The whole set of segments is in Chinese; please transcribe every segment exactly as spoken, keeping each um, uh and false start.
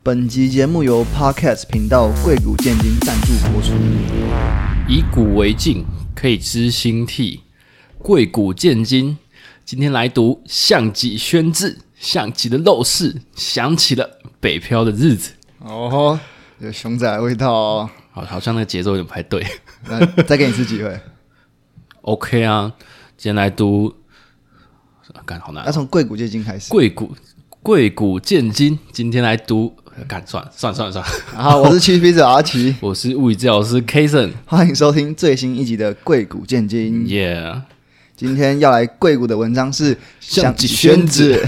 本集节目由 Podcast 频道贵谷建金赞助播出。 以古为镜，可以知兴替。贵谷建金，今天来读项脊轩志。项脊的陋室，想起了北漂的日子。 哦，有熊仔的味道哦。 好，好像那个节奏有点不太对。 那再给你一次机会。 OK 啊，今天来读，干好难、哦。 要从贵谷建金开始。 贵谷贵谷建金，今天来读。干算了算了算了算了。 好，我是七匹者阿奇， 我是物理治疗师 Kason， 欢迎收听最新一集的贵谷建金。 Yeah， 今天要来贵谷的文章是项脊轩志。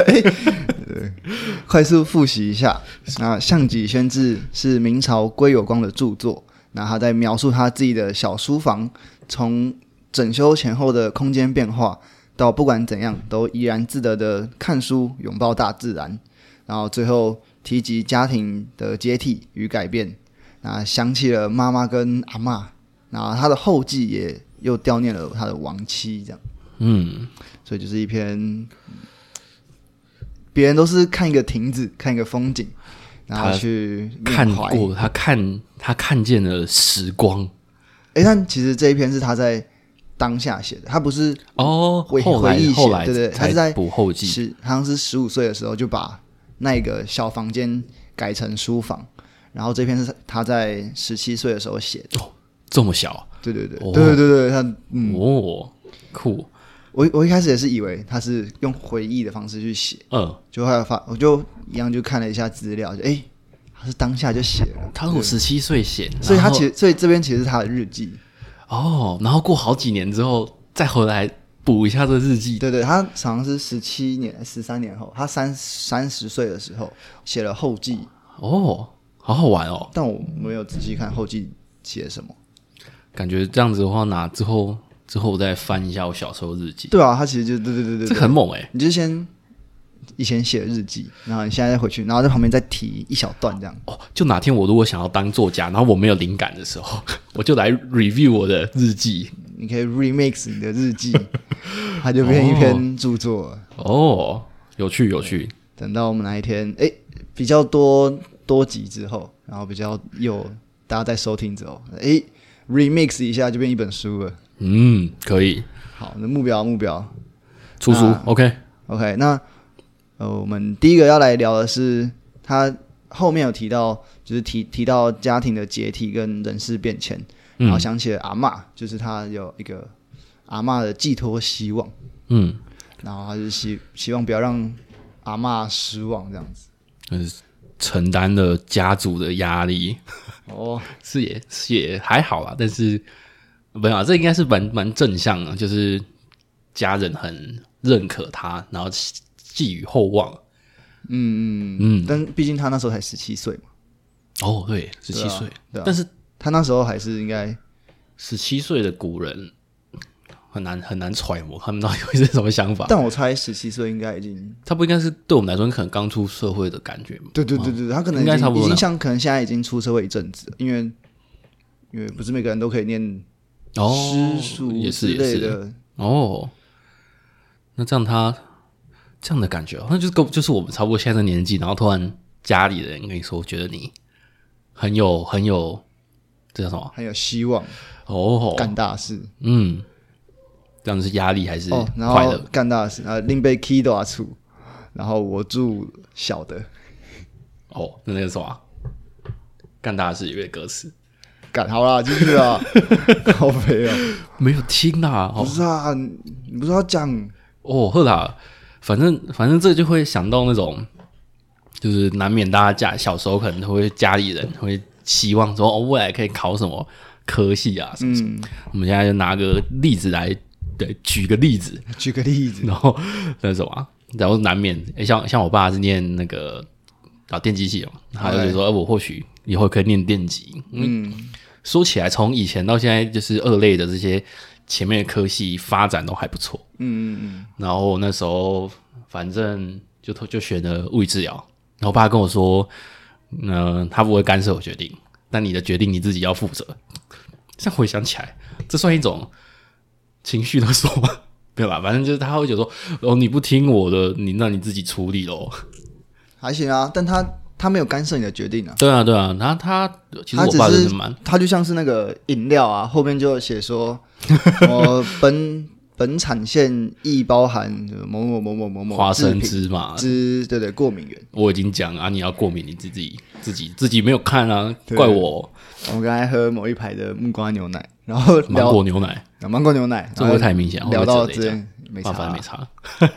快速复习一下，那项脊轩志是明朝归有光的著作。那他在描述他自己的小书房，从整修前后的空间变化，到不管怎样都怡然自得的看书，拥抱大自然。然后最后提及家庭的接替与改变，那想起了妈妈跟阿嬷，然后他的后记也又悼念了他的亡妻，这样， 嗯， 所以就是一篇，别人都是看一个亭子，看一个风景，然后去看过，他看他看见了时光， 哎，但其实这一篇是他在当下写的，他不是哦， 回后来回忆写， 后来对对，他是在补后记， 是好像是十五岁的时候就把那个小房间改成书房，然后这篇是他在十七岁的时候写的。 哦，这么小？ 对对对， 哦、 对对对对，他嗯， 哦，酷。 我我一开始也是以为他是用回忆的方式去写， 嗯， 就后来发，我就一样就看了一下资料，就哎，他是当下就写了。 他是我十七岁写， 所以他其实，所以这边其实是他的日记。 哦，然后过好几年之后再回来补一下这日记。 对对，他好像是十七年、十三年后，他三三十岁的时候写了后记。 哦，好好玩哦！ 但我没有仔细看后记写什么。 感觉这样子的话，拿之后之后我再翻一下我小时候日记。 对啊，他其实就对对对对， 这很猛哎、欸！ 你就先以前写的日记，然后你现在再回去，然后在旁边再提一小段这样。 哦，就哪天我如果想要当作家，然后我没有灵感的时候，我就来 review 我的日记。 你可以 remix 你的日记，它就变成一篇著作了。 哦，有趣有趣。 等到我们哪一天，哎，比较多多集之后，然后比较有大家在收听之后，哎 ，remix 一下就变一本书了。 嗯，可以。 好，那目标目标出书 ，OK OK。那呃，我们第一个要来聊的是他后面有提到，就是提提到家庭的解体跟人事变迁。然后想起了阿嬷，就是他有一个阿嬷的寄托希望， 嗯， 然后他就希希望不要让阿嬷失望这样子， 就是承担了家族的压力。 哦， 是也是也还好啦，但是没有、啊，这应该是蛮蛮正向的，就是家人很认可他，然后寄予厚望。 嗯嗯嗯，但毕竟他那时候才十七岁嘛。 哦，对，十七岁， 对啊， 但是。 他那时候还是应该十七岁的古人很难很难揣摩他们到底会是什么想法。 但我猜十七岁应该已经， 他不应该是对我们来说可能刚出社会的感觉吗？ 对对对对，他可能应该差不多已经像可能现在已经出社会一阵子了，因为因为不是每个人都可以念诗书之类的、哦、 也是哦。那这样他这样的感觉，那就是就是我们差不多现在的年纪，然后突然家里的人跟你说，觉得你很有很有。这叫什么？ 很有希望哦， 干大事。 嗯，这样是压力还是快乐？ 哦、然后干大事，然后另被 key 多出，然后我住小的。 哦，那那个什么？干大事有个歌词。 干好啦，继续啊！好肥哦， 没有听啊！ 不是啊，你不是要讲哦？好啦，反正反正这就会想到那种，就是难免大家家小时候可能会家里人会。希望说哦，未来可以考什么科系啊？什么什么？嗯、我们现在就拿个例子来，对，举个例子， 举个例子， 然后那什么，然后难免，欸、像像我爸是念那个啊电机系嘛，他就说，欸、我或许以后可以念电机。嗯，说起来，从以前到现在，就是二类的这些前面的科系发展都还不错。嗯嗯嗯。然后那时候反正就就选了物理治疗，然后我爸跟我说。呃，他不会干涉我决定，但你的决定你自己要负责。这样回想起来，这算一种情绪勒索吗？对吧？反正就是他会觉得说，哦，你不听我的，你那你自己处理咯。 还行啊，但他他没有干涉你的决定啊。 对啊，对啊，他他其实我爸就是蛮， 他就像是那个饮料啊，后面就写说，我本本产线亦包含某某某某某某花生芝麻之，对对，过敏源。 我已经讲啊，你要过敏，你自己自己自己没有看啊，怪我。 我们刚才喝某一排的木瓜牛奶，然后芒果牛奶， 芒果牛奶， 这会太明显， 聊到这边没差、啊， 反正没差。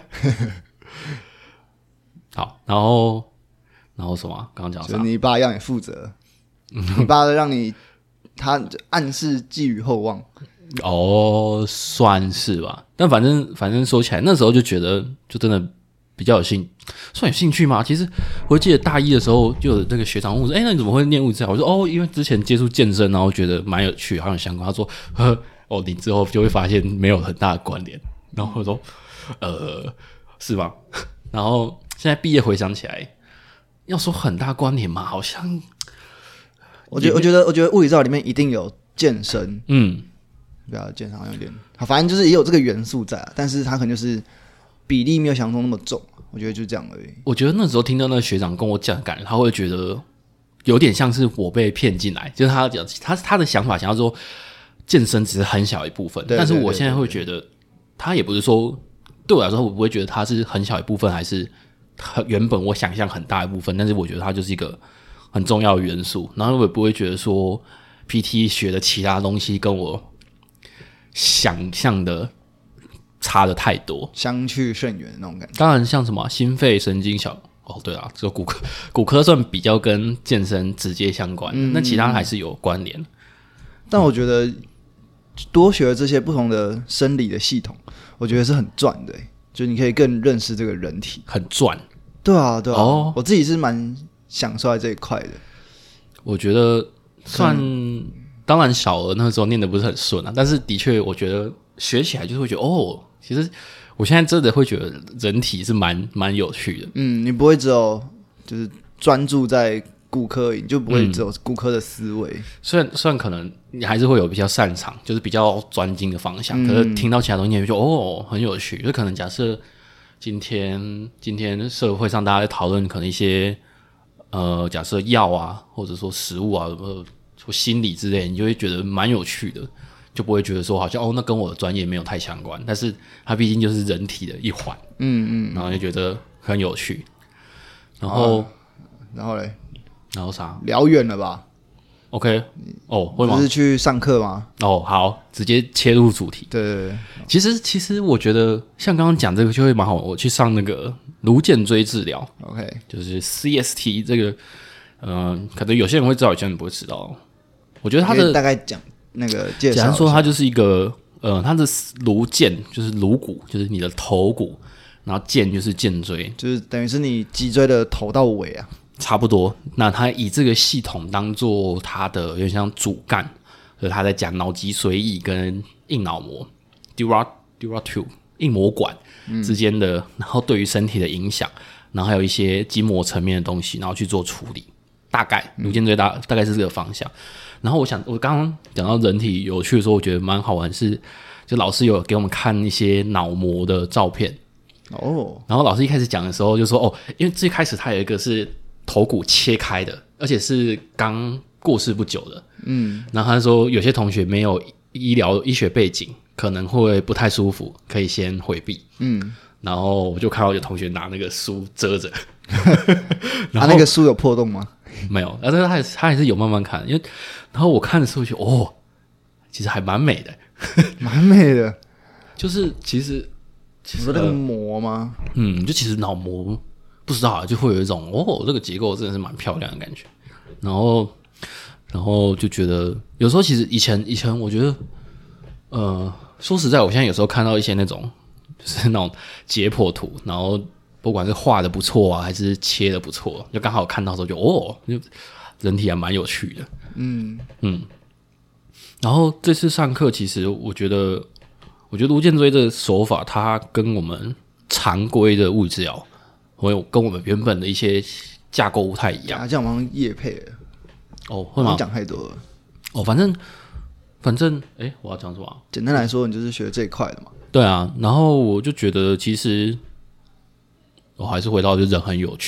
好，然后然后什么？刚刚讲啥？ 就是你爸让你负责，你爸让你他暗示寄予厚望。 哦，算是吧。但反正反正说起来，那时候就觉得就真的比较有兴，算有兴趣吗？其实我记得大一的时候就有那个学长问我说：“哎、欸，那你怎么会念物理治疗？”我说：“哦，因为之前接触健身，然后觉得蛮有趣，好像相关。”他说：“呵，哦，你之后就会发现没有很大的关联。”然后我说：“呃，是吗？”然后现在毕业回想起来，要说很大关联嘛，好像我觉得我觉得我觉得物理治疗里面一定有健身， 嗯。 不要健身好像有点好，反正就是也有这个元素在、啊，但是它可能就是比例没有想象中那么重，我觉得就这样而已。 我觉得那时候听到那个学长跟我讲，感觉他会觉得有点像是我被骗进来，就是他讲他他的想法想要说健身只是很小一部分， 对对对对对， 但是我现在会觉得他也不是说对我来说，我不会觉得他是很小一部分，还是原本我想象很大一部分，但是我觉得它就是一个很重要的元素，然后我也不会觉得说 P T 学的其他东西跟我想象的差的太多， 相去甚远的那种感觉。 当然，像什么心肺神经小哦，对啊，这个骨科骨科算比较跟健身直接相关的，那、嗯、其他还是有关联。 但我觉得多学这些不同的生理的系统，我觉得是很赚的、欸，就你可以更认识这个人体， 很赚。 对啊，对啊， 哦、 我自己是蛮享受在这一块的。 我觉得算。当然，小额那时候念的不是很顺啊，但是的确，我觉得学起来就是会觉得哦，其实我现在真的会觉得人体是蛮蛮有趣的。 嗯，你不会只有就是专注在骨科，你就不会只有骨科的思维。 嗯、虽然虽然可能你还是会有比较擅长，就是比较专精的方向，嗯、可是听到其他东西，你会觉得哦，很有趣。就可能假设今天今天社会上大家在讨论可能一些呃，假设药啊，或者说食物啊，呃。心理之类，你就会觉得蛮有趣的，就不会觉得说好像哦，那跟我的专业没有太相关，但是它毕竟就是人体的一环， 嗯嗯， 然后就觉得很有趣。然后， 啊、然后嘞， 然后啥？ 聊远了吧 ？OK， 哦，会吗？ 不是去上课吗？ 哦，好，直接切入主题。 对对对， 其实其实我觉得像刚刚讲这个就会蛮好，我去上那个颅颈椎治疗 ，OK， 就是 C S T 这个，嗯、呃，可能有些人会知道，有些人不会知道。我觉得他的大概讲那个介绍， 简单说，它就是一个呃，它的颅腱就是颅骨，就是你的头骨，然后腱就是肩椎， 就是等于是你脊椎的头到尾啊， 差不多。那它以这个系统当做它的有点像主干，所以他在讲脑脊髓液跟硬脑膜 dura dura tube 硬膜管之间的、嗯，然后对于身体的影响，然后还有一些筋膜层面的东西，然后去做处理。大概颅颈椎大大概是这个方向。然后我想，我刚刚讲到人体有趣的时候，我觉得蛮好玩是，就老师有给我们看一些脑膜的照片哦。 然后老师一开始讲的时候就说，哦，因为最开始他有一个是头骨切开的，而且是刚过世不久的， 嗯。 然后他说有些同学没有医疗医学背景，可能会不太舒服，可以先回避。 嗯。 然后我就看到有同学拿那个书遮着， 然后、啊、那个书有破洞吗？ 没有，但是他还是他还是有慢慢看，因为然后我看的时候就哦，其实还蛮美的， 蛮美的， 就是其实你说那个膜吗？ 嗯，就其实脑膜不知道啊，就会有一种哦，这个结构真的是蛮漂亮的感觉，然后然后就觉得有时候其实以前以前我觉得，呃，说实在，我现在有时候看到一些那种就是那种解剖图，然后。不管是画的不错啊，还是切的不错，就刚好看到的时候就哦，就人体还蛮有趣的， 嗯嗯。然后这次上课，其实我觉得，我觉得颅颈椎这个手法，它跟我们常规的物理治疗，还有跟我们原本的一些架构不太一样。 啊，这样好像业配了哦，会吗？ 讲太多了。 哦，反正反正，哎，我要讲什么、啊？ 简单来说，你就是学这一块的嘛。 对啊，然后我就觉得其实。我还是回到就人很有趣，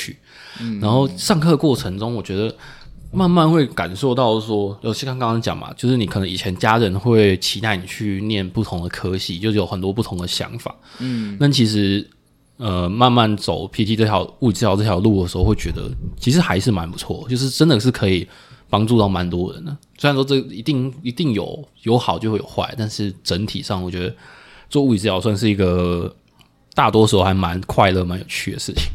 嗯，然后上课过程中，我觉得慢慢会感受到说，尤其像刚刚讲嘛，就是你可能以前家人会期待你去念不同的科系，就是有很多不同的想法。嗯，但其实呃，慢慢走 P T 这条物理治疗这条路的时候，会觉得其实还是蛮不错，就是真的是可以帮助到蛮多人的。虽然说这一定一定有有好就会有坏，但是整体上我觉得做物理治疗算是一个大多时候还蛮快乐、蛮有趣的事情。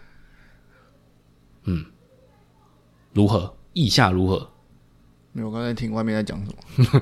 嗯，如何？意下如何？ 没有，我刚才听外面在讲什么。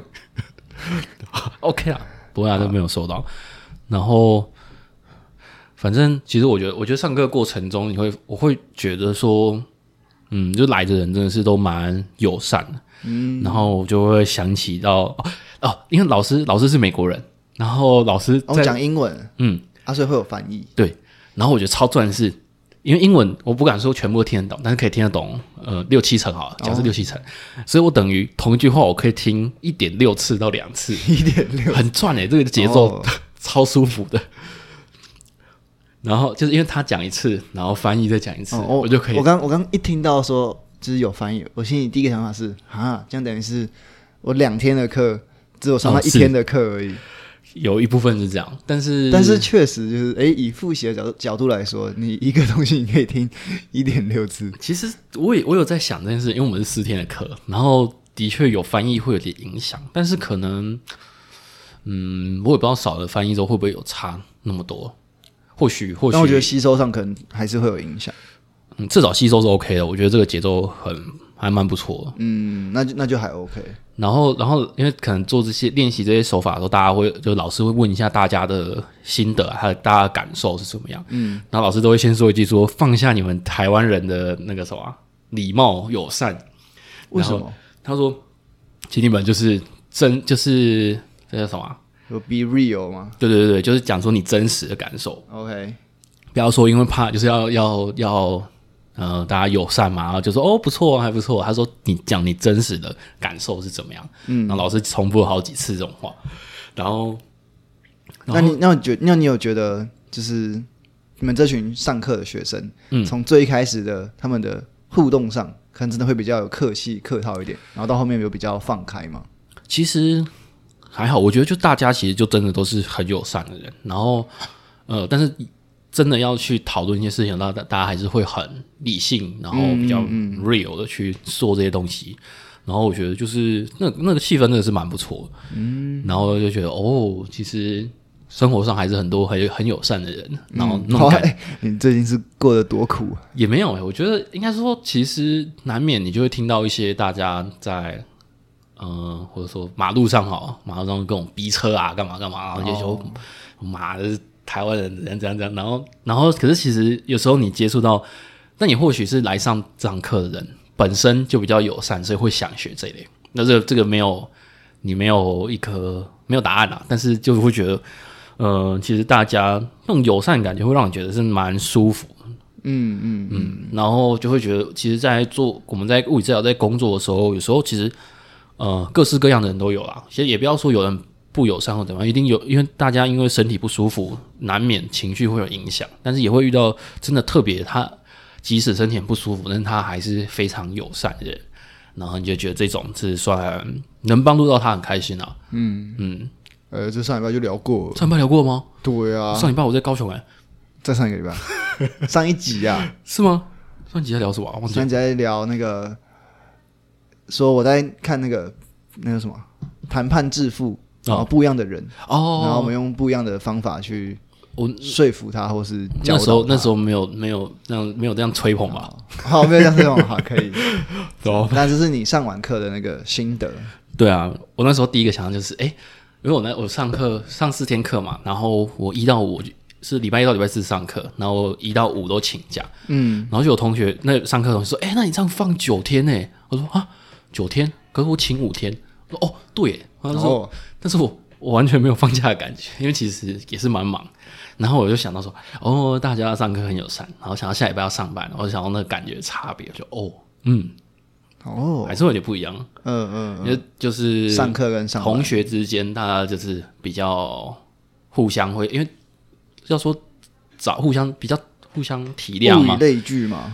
OK 啦，不过都没有收到。然后，反正其实我觉得，我觉得上课过程中，你会我会觉得说，嗯，就来的人真的是都蛮友善的。嗯，然后我就会想起到哦哦，因为老师老师是美国人，然后老师在讲、哦、英文， 嗯， 啊，所以会有翻译。 对，然后我觉得超赚的是。因为英文我不敢说全部都听得懂，但是可以听得懂，呃，六七成好了，假设六七成，哦、所以我等于同一句话我可以听一点六次到两次， 一点六， 很赚诶，这个节奏、哦、超舒服的。然后就是因为他讲一次，然后翻译再讲一次，哦、我就可以。 我刚我刚一听到说就是有翻译，我心里第一个想法是啊，这样等于是我两天的课只有上到一天的课而已。哦有一部分是这样，但是但是确实就是，哎，以复习的角度角度来说，你一个东西你可以听一点六次。 其实我也我有在想这件事，因为我们是四天的课，然后的确有翻译会有点影响，但是可能，嗯，我也不知道少了翻译之后会不会有差那么多，或许或许， 但我觉得吸收上可能还是会有影响。 嗯，至少吸收是 OK 的，我觉得这个节奏很还蛮不错的。 嗯，那就那就还 OK。 然后，然后，因为可能做这些练习这些手法的时候，大家会就老师会问一下大家的心得，还有大家的感受是怎么样。嗯，然后老师都会先说一句说：“放下你们台湾人的那个什么礼貌友善。” 为什么？ 他说：“其实你们就是真就是这叫什么？ 有 be real 吗？” 对对对，就是讲说你真实的感受。 OK， 不要说因为怕，就是要要要。呃，大家友善嘛，然后就说哦不错，还不错。他说你讲你真实的感受是怎么样？嗯，然后老师重复了好几次这种话，然后，然后那你那你觉那你有觉得就是你们这群上课的学生，嗯，从最一开始的他们的互动上，可能真的会比较有客气客套一点，然后到后面有比较放开吗？ 其实还好，我觉得就大家其实就真的都是很友善的人，然后呃，但是。真的要去讨论一些事情，大家大家还是会很理性，然后比较 real 的去做这些东西。然后我觉得就是那那个气氛真的是蛮不错的，嗯，然后就觉得哦，其实生活上还是很多很很友善的人。然后那种感觉、 嗯欸，你最近是过得多苦、啊？ 也没有哎、欸，我觉得应该说，其实难免你就会听到一些大家在呃，或者说马路上哈，马路上各种逼车啊，干嘛干嘛，然后就说妈的。哦台湾人怎样怎样怎样，然后然后可是其实有时候你接触到，那你或许是来上这堂课的人本身就比较友善，所以会想学这一类。那这个这个没有你没有一颗没有答案啊，但是就会觉得，呃，其实大家那种友善感觉会让你觉得是蛮舒服。嗯嗯嗯，然后就会觉得，其实，在做我们在物理治疗在工作的时候，有时候其实呃各式各样的人都有啦。其实也不要说有人。不友善或怎么样，一定有，因为大家因为身体不舒服，难免情绪会有影响，但是也会遇到真的特别，他即使身体很不舒服，但是他还是非常友善的人，然后你就觉得这种是算能帮助到他很开心啊。嗯嗯， 呃，这上礼拜就聊过了， 上礼拜聊过吗？ 对啊， 上礼拜我在高雄哎、欸， 在上一个礼拜，上一集啊， 是吗？上一集在聊什么、啊？ 上一集在聊那个，说我在看那个那个什么谈判致富。然后不一样的人哦，然后我们用不一样的方法去说服他，或是教导他。 那时候那时候没有没有那样没有这样吹捧吧？ 好，没有这样吹捧，好，可以。那这是你上完课的那个心得。 对啊，我那时候第一个想到就是，哎，因为我那我上课上四天课嘛，然后我一到五是礼拜一到礼拜四上课，然后一到五都请假。嗯，然后就有同学那上课的同学说，哎，那你这样放九天呢？我说啊，九天，可是我请五天。我说哦，对，他说。哦但是我我完全没有放假的感觉，因为其实也是蛮忙。然后我就想到说，哦，大家上课很友善，然后想到下礼拜要上班，然后想到那个感觉差别，就哦，嗯，哦，还是有点不一样。嗯嗯，因为就是上课跟上班同学之间，大家就是比较互相会，因为要说找互相比较互相体谅嘛， 物以类聚嘛。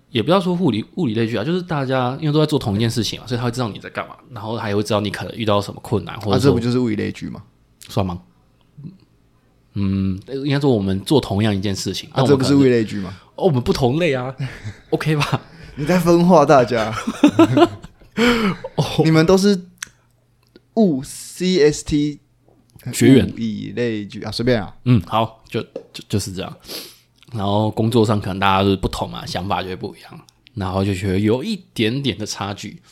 也不要说物理物理类聚啊，就是大家因为都在做同一件事情嘛，所以他会知道你在干嘛，然后还会知道你可能遇到什么困难，或者说、 啊、这不就是物理类聚吗？ 算吗？嗯，应该说我们做同样一件事情， 啊，这不是物理类聚吗？ 哦，我们不同类啊，OK 吧？ 你在分化大家，哦、你们都是物 C S T 学员， 物理类聚啊，随便啊， 嗯，好，就就就是这样。然后工作上可能大家都是不同嘛，想法就会不一样，然后就觉得有一点点的差距。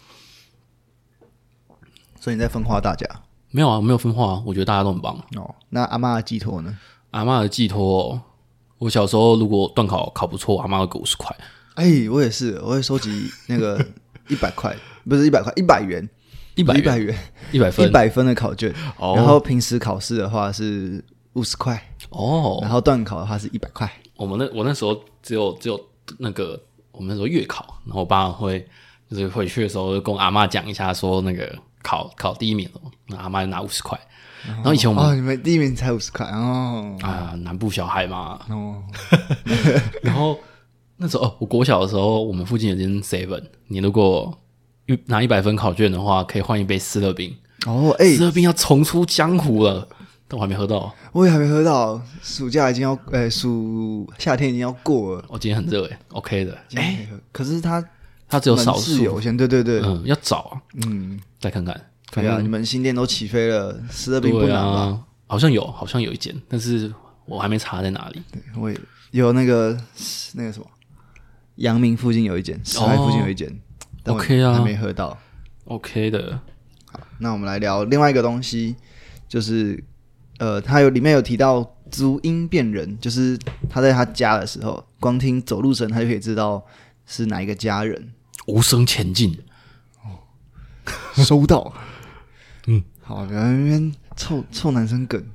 所以你在分化大家？ 没有啊，没有分化啊，我觉得大家都很棒。 哦，那阿嬷的寄托呢？ 阿嬷的寄托，我小时候如果段考考不错，阿嬷会给五十块。 哎，我也是，我会收集那个一百块，不是一百块，一百元， 一百一百元， 一百分， 一百分的考卷。 哦、 然后平时考试的话是五十块哦， 然后段考的话是一百块。 我们那我那时候只有只有那个我们那时候月考，然后我爸会就是回去的时候就跟我阿嬷讲一下，说那个考考第一名了，那阿嬷就拿五十块。然后以前我们哦，你们第一名才五十块哦啊，南部小孩嘛哦。 然后那时候哦，我国小的时候，我们附近有间 seven， 你如果拿一百分考卷的话，可以换一杯思乐冰。 哦，哎、欸， 思乐冰要重出江湖了，但我还没喝到。 我也还没喝到，暑假已经要，呃、欸，暑夏天已经要过了。 哦，今天很热诶 OK 的。哎、欸， 可是它它只有少数有限，对对对， 嗯，要找啊， 嗯， 再看看。 可以啊，你们新店都起飞了，思乐冰不难吧？ 啊，好像有，好像有一间，但是我还没查在哪里。 对，我也有那个那个什么，阳明附近有一间，石海附近有一间、 哦、，OK 啊， 还没喝到 ，OK 的。 好，那我们来聊另外一个东西，就是呃，他有里面有提到足音辨人，就是他在他家的时候，光听走路声，他就可以知道是哪一个家人。 无声前进， 哦，收到。 嗯， 好，不要那边臭臭男生梗。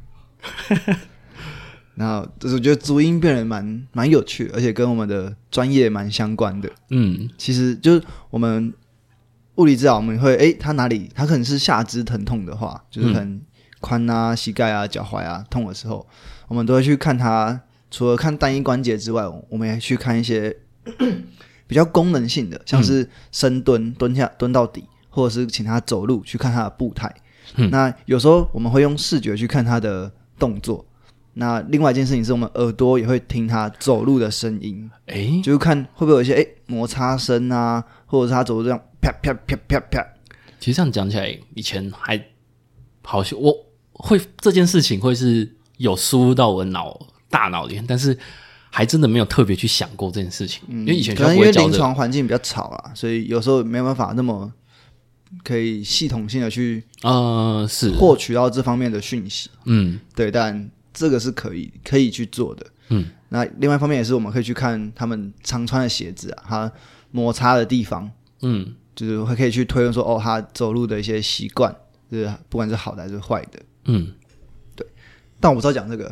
然后，就是我觉得足音辨人蛮蛮有趣的，而且跟我们的专业蛮相关的。 嗯， 其实就是我们物理治疗，我们会诶，他哪里他可能是下肢疼痛的话，就是可能髋啊、膝盖啊、脚踝啊痛的时候，我们都会去看他。除了看单一关节之外，我们也去看一些比较功能性的，像是深蹲、蹲下蹲到底，或者是请他走路去看他的步态。嗯、那有时候我们会用视觉去看他的动作。那另外一件事情是我们耳朵也会听他走路的声音， 诶， 就是看会不会有一些诶摩擦声啊，或者是他走路这样啪啪啪啪啪。 其实这样讲起来，以前还好像我会这件事情会是有输入到我的脑大脑里面，但是还真的没有特别去想过这件事情，嗯、因为以前可能因为临床环境比较吵啦，所以有时候没办法那么可以系统性的去呃是获取到这方面的讯息。 嗯， 对，但这个是可以可以去做的。 嗯， 那另外一方面也是我们可以去看他们常穿的鞋子啊，他摩擦的地方， 嗯， 就是会可以去推论说，哦，他走路的一些习惯，就是不管是好的还是坏的。 嗯， 对。但我不知道讲这个，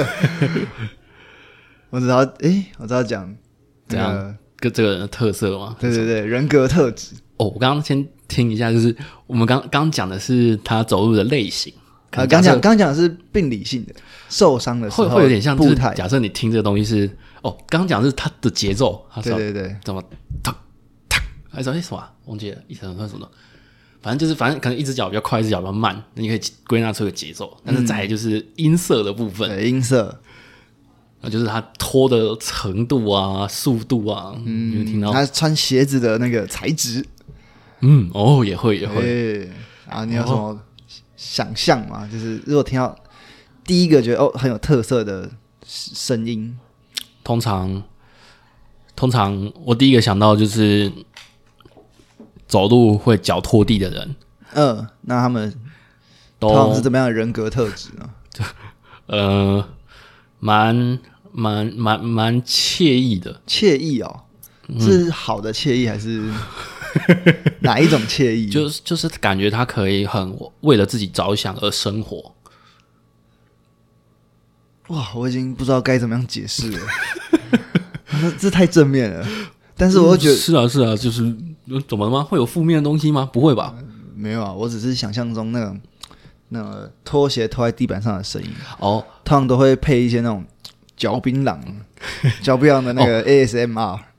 我只知道，诶，我知道讲怎样跟这个人的特色吗？ 对对对，人格特质。 哦，我刚刚先听一下，就是我们刚刚讲的是他走路的类型。 啊，刚讲刚讲的是病理性的，受伤的时候会会有点像步态。 假设你听这个东西是哦，刚刚讲的是它的节奏，它对对对， 怎么哒哒，还是什么、啊、忘记了，一层算什么？反正就是反正可能一只脚比较快，一只脚比较慢，那你可以归纳出一个节奏。但是再来就是音色的部分， 嗯、对音色， 那就是它拖的程度啊、速度啊，嗯，你会听到他穿鞋子的那个材质， 嗯，哦，也会也会。 欸、啊，你有什么？哦想象嘛，就是如果听到第一个觉得哦很有特色的声音， 通常通常我第一个想到就是走路会脚拖地的人。 嗯、呃，那他们都通常是怎么样的人格特质呢？ 呃，蛮蛮蛮蛮惬意的， 惬意哦，是好的惬意还是？哪一种惬意？ 就是就是感觉他可以很为了自己着想而生活。 哇，我已经不知道该怎么样解释了。这太正面了，但是我又觉得、嗯、 是啊是啊，就是怎么了吗？会有负面的东西吗？不会吧？ 呃、没有啊，我只是想象中那种那个拖鞋拖在地板上的声音哦，通常都会配一些那种嚼槟榔、嚼槟榔的那个 A S M R。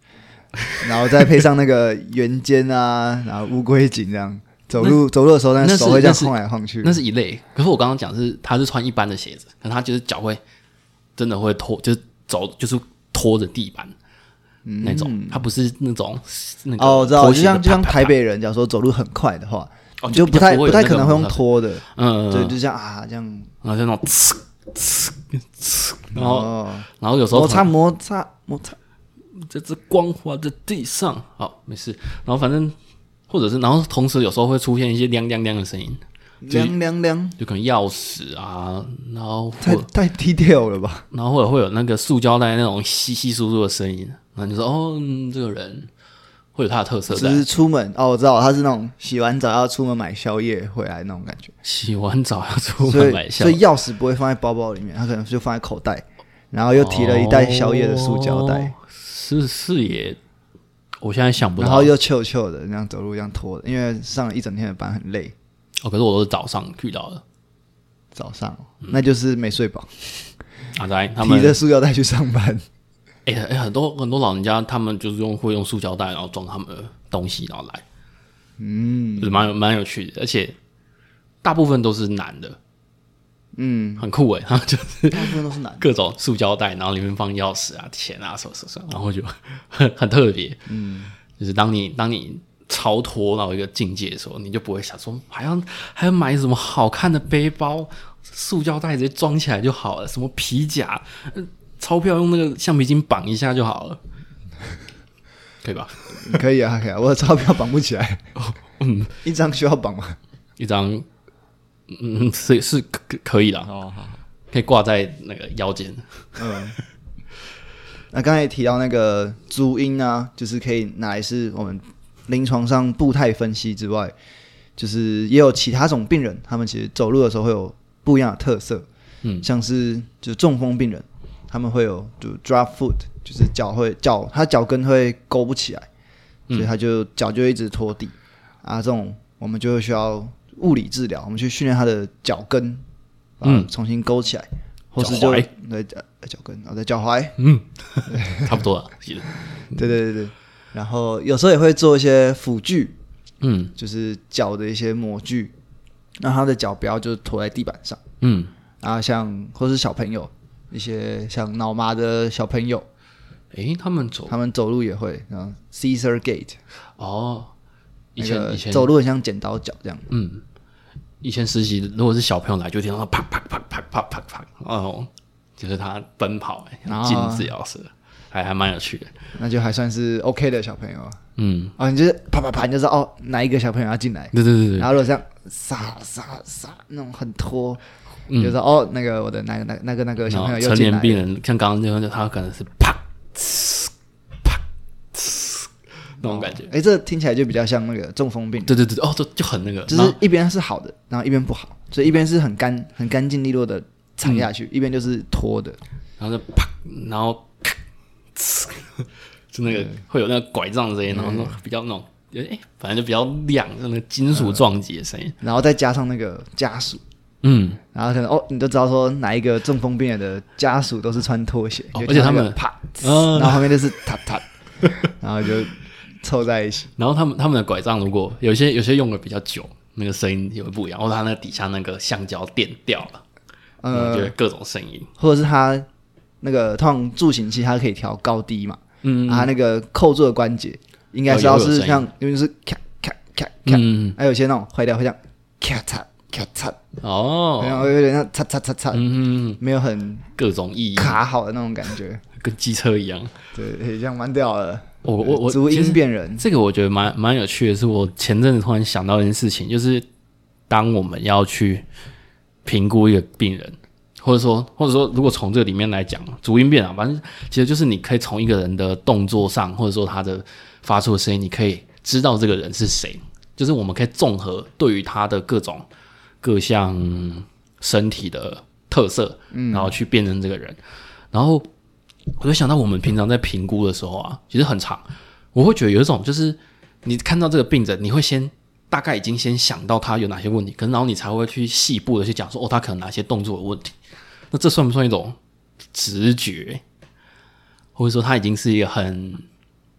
然后再配上那个圆肩啊，然后乌龟颈这样。走路走路的时候，那手会这样晃来晃去， 那是一类。可是我刚刚讲是，他是穿一般的鞋子，可他就是脚会真的会拖，就是走就是拖着地板、嗯、那种，他不是那种那个哦，我知道，就像就像台北人，假如说走路很快的话， 哦、 你就不太不不太可能会用拖的， 嗯， 对，就这样啊这样， 然后就那种呲呲呲，然后、哦、然后有时候摩擦摩擦摩擦， 这只光滑的地上，好没事，然后反正。或者是，然后同时有时候会出现一些亮亮亮的声音， 亮亮亮， 就可能钥匙啊，然后太太 detail 了吧？ 然后或者会有那个塑胶袋那种稀稀疏疏的声音，然后你就说哦、嗯，这个人会有他的特色在。 只是出门哦，我知道他是那种洗完澡要出门买宵夜回来那种感觉。 洗完澡要出门买宵夜， 所以钥匙不会放在包包里面，他可能就放在口袋，然后又提了一袋宵夜的塑胶袋。 哦、是是也。我现在想不到， 然后又臭臭的，那样走路这样拖的，因为上了一整天的班很累。 哦，可是我都是早上遇到的， 早上、嗯、那就是没睡饱。 阿仔他们提着塑胶袋去上班。 哎、欸欸，很多很多老人家他们就是用会用塑胶袋，然后装他们的东西，然后来，嗯，蛮有蛮有趣的，而且大部分都是男的。嗯，很酷诶，然后就是大部分都是男的， 各种塑胶袋，然后里面放钥匙啊、钱啊什么什么，然后就很很特别。嗯，就是当你当你超脱到一个境界的时候，你就不会想说还要还要买什么好看的背包，塑胶袋直接装起来就好了，什么皮夹，钞票用那个橡皮筋绑一下就好了，可以吧？ 可以啊，可以啊，我的钞票绑不起来。嗯，一张需要绑吗？ 一张。嗯，是是可可以啦，哦，好，可以挂在那个腰间。嗯， 那刚才也提到那个足音啊，就是可以拿来是我们临床上步态分析之外，就是也有其他种病人，他们其实走路的时候会有不一样的特色。嗯，像是就是中风病人，他们会有就 drop foot， 就是脚会脚他脚跟会勾不起来，所以他就脚就一直拖地啊，这种我们就会需要。物理治疗，我们去训练他的脚跟，嗯，重新勾起来，或是就对脚跟，然后在脚踝， 嗯，差不多了， 对对对对。然后有时候也会做一些辅具，嗯，就是脚的一些模具，让他的脚不要就拖在地板上，嗯。然后像或是小朋友，一些像脑麻的小朋友， 诶，他们走， 他们走路也会，然后 Caesar gait， 哦，以前以前走路很像剪刀脚这样， 嗯。以前实习，如果是小朋友来，就听到啪啪啪啪啪啪啪，哦，就是他奔跑、欸，像进治疗室，还还蛮有趣的。 那就还算是 OK 的小朋友，嗯，哦，你就是啪啪啪，你就知道哦，哪一个小朋友要进来， 对对对对。 然后如果这样撒撒撒那种很拖，嗯、你就知道哦，那个我的那个那那个那个小朋友又进来了。 成年病人像刚刚这样，他可能是啪啪那种感觉， 哎、欸，这听起来就比较像那个中风病人。 对对对，哦，就就很那个， 就是一边是好的，然后一边不好，所以一边是很干、很干净利落的踩下去，嗯、一边就是拖的， 然后就啪，然后咔，就那个会有那个拐杖的声音，然后那种比较那种，哎、欸，反正就比较亮，那个金属撞击的声音、 嗯，然后再加上那个家属。嗯，然后可能哦，你都知道说哪一个中风病人的家属都是穿拖鞋， 哦、而且他们啪、嗯，然后后面就是踏踏，然后就凑在一起。 然后他们他们的拐杖，如果有些有些用的比较久，那个声音也会不一样，或者他那底下那个橡胶垫掉了，呃，就各种声音， 或者是他那个通常助行器它可以调高低嘛，嗯，啊，那个扣住的关节应该是要是像因为是咔咔咔咔，嗯，还有些那种坏掉会这样咔嚓。咔嚓哦，然后有点像嚓嚓嚓嚓，嗯，没有很各种意义卡好的那种感觉， 跟机车一样， 对，这样蛮屌的。 我我我足音辨人， 这个我觉得蛮蛮有趣的。是我前阵子突然想到一件事情，就是当我们要去评估一个病人，或者说或者说如果从这里面来讲，足音辨啊，反正其实就是你可以从一个人的动作上，或者说他的发出的声音，你可以知道这个人是谁。就是我们可以综合对于他的各种。各项身体的特色，然后去辨认这个人。嗯、然后我就想到，我们平常在评估的时候啊，其实很长，我会觉得有一种就是你看到这个病人，你会先大概已经先想到他有哪些问题，可是然后你才会去细部的去讲说，哦，他可能哪些动作有问题。那这算不算一种直觉？或者说他已经是一个很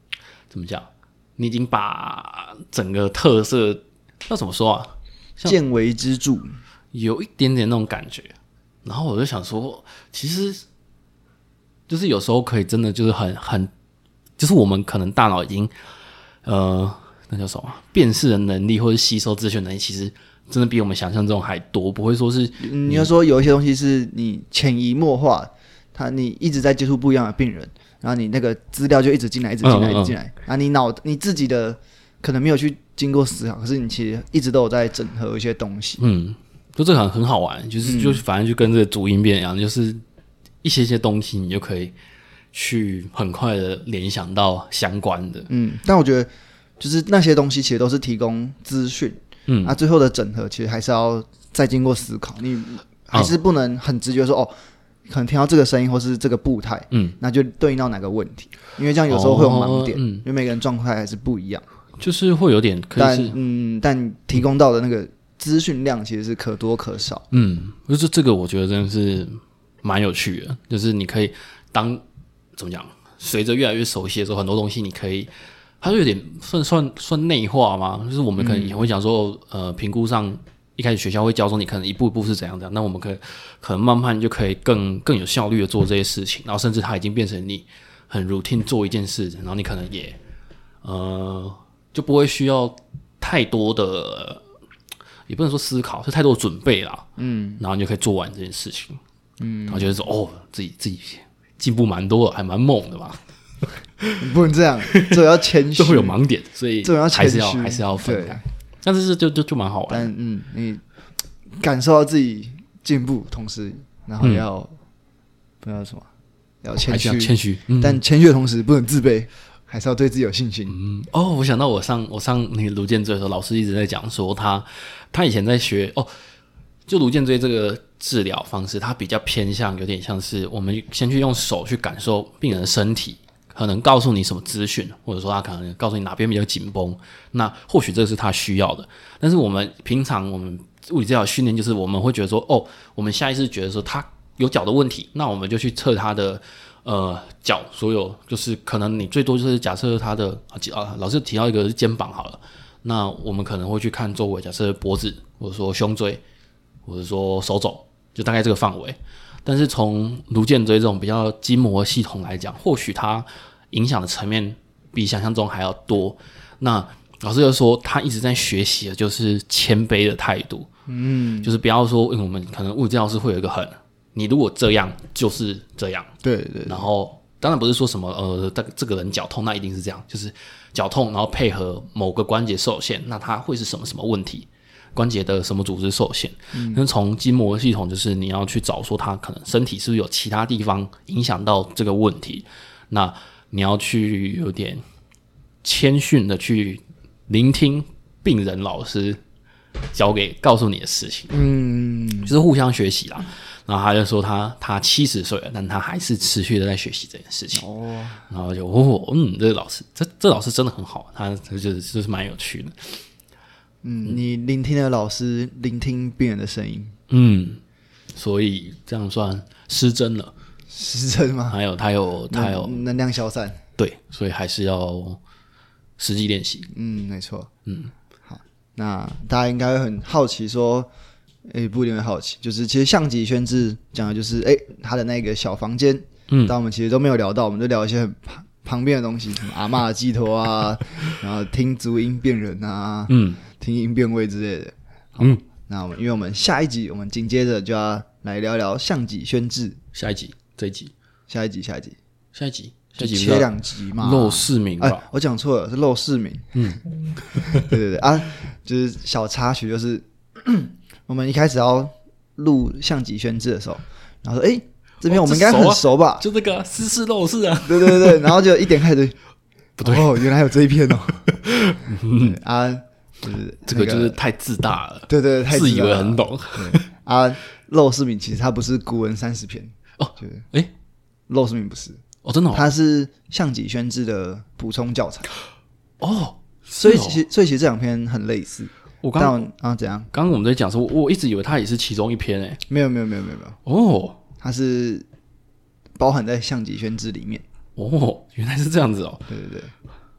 怎么讲？你已经把整个特色要怎么说啊？ 见微知著， 有一点点那种感觉。然后我就想说，其实就是有时候可以真的就是很很，就是我们可能大脑已经呃那叫什么辨识的能力或者吸收资讯能力，其实真的比我们想象中还多，不会说是你要说有一些东西是你潜移默化，他你一直在接触不一样的病人，然后你那个资料就一直进来，一直进来，一直进来，然后你脑你自己的可能没有去经过思考，可是你其实一直都有在整合一些东西。 嗯，就这个很很好玩，就是、嗯、就是反正就跟这个主音变一样，就是一些些东西你就可以去很快的联想到相关的。 嗯，但我觉得就是那些东西其实都是提供资讯。嗯，那、啊、最后的整合其实还是要再经过思考，你还是不能很直觉说、嗯、哦，可能听到这个声音或是这个步态，嗯，那就对应到哪个问题，因为这样有时候会有盲点，哦嗯、因为每个人状态还是不一样， 就是会有点可以是， 但嗯，但提供到的那个资讯量其实是可多可少， 嗯，就是这个我觉得真的是蛮有趣的，就是你可以当怎么讲，随着越来越熟悉的时候，很多东西你可以。它就有点算算算内化吗？就是我们可能也会讲说，嗯、呃，评估上一开始学校会教说你可能一步一步是怎样怎样，那我们可以可能慢慢就可以更更有效率的做这些事情，然后甚至它已经变成你很 routine 做一件事，然后你可能也呃就不会需要太多的，也不能说思考，是太多的准备啦，嗯，然后你就可以做完这件事情，嗯，然后就是说哦，自己自己进步蛮多的，还蛮猛的嘛。 你不能这样，这个要谦虚， 这会有盲点，所以这个要还是要还是要分开。但是就就就蛮好玩的。 但嗯，你感受到自己进步，同时然后要、嗯、不要什么，要谦虚， 谦虚、嗯。 但谦虚的同时不能自卑，还是要对自己有信心。 嗯，哦，我想到我上我上那个颅颈椎的时候，老师一直在讲说他他以前在学哦，就颅颈椎这个治疗方式，它比较偏向有点像是我们先去用手去感受病人的身体。可能告诉你什么资讯，或者说他可能告诉你哪边比较紧绷，那或许这个是他需要的。但是我们平常我们物理治疗训练就是我们会觉得说，哦，我们下意识觉得说他有脚的问题，那我们就去测他的呃脚所有，就是可能你最多就是假设他的啊，老师提到一个是肩膀好了，那我们可能会去看周围，假设脖子或者说胸椎或者说手肘，就大概这个范围。但是从颅颈椎这种比较筋膜系统来讲，或许它影响的层面比想象中还要多。那老师就说，他一直在学习的就是谦卑的态度，嗯，就是不要说，因为我们可能物理治疗师会有一个很，你如果这样就是这样， 对 对, 对。 然后当然不是说什么呃，这个人脚痛那一定是这样，就是脚痛，然后配合某个关节受限，那它会是什么什么问题？关节的什么组织受限？嗯，那从筋膜系统就是你要去找说它可能身体是不是有其他地方影响到这个问题，那你要去有点谦逊的去聆听病人老师交给告诉你的事情，嗯，就是互相学习啦。然后他就说他他七十岁了，但他还是持续的在学习这件事情。哦，然后就哦，嗯，这个老师，这这老师真的很好，他就是就是蛮有趣的。 嗯，你聆听了老师聆听病人的声音， 嗯，所以这样算失真了， 失真吗？ 还有他有他有能量消散， 对，所以还是要实际练习。 嗯，没错。嗯，好，那大家应该会很好奇说，诶、欸，不一定会好奇，就是其实项脊轩志讲的就是，诶、欸，他的那个小房间，嗯，但我们其实都没有聊到，我们就聊一些很旁边的东西，什么阿嬷的寄托啊，然后听足音辨人啊，嗯。听音辨位之类的，嗯，那我们因为我们下一集我们紧接着就要来聊聊项脊轩志， 下一集这一集， 下一集下一集下一集下一集切两集嘛， 陋室铭吧、 哎，我讲错了，是陋室铭，嗯，对对对啊，就是小插曲，就是我们一开始要录项脊轩志的时候，然后说，哎，这边我们应该很熟吧， 哦、就这个丝丝陋室啊， 对对对，然后就一点开始， 不对， 哦，原来有这一篇哦，嗯啊。就是、那個、 这个就是太自大了， 对对，太自, 自以为很懂。 啊，陋室铭其实它不是古文三十篇哦，哎， 陋室铭不是哦，真的、哦， 它是项脊轩志的补充教材哦， 哦所以其实所以其实这两篇很类似。 我刚刚啊怎样？ 刚刚我们在讲说，我一直以为它也是其中一篇诶， 没有没有没有没有没有哦，它是包含在项脊轩志里面哦，原来是这样子哦， 对对对。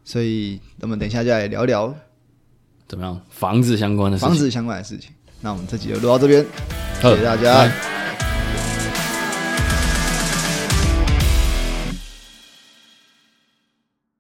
所以我们等一下就来聊聊怎么样房子相关的事情， 房子相关的事情。那我们这集就录到这边，谢谢大家。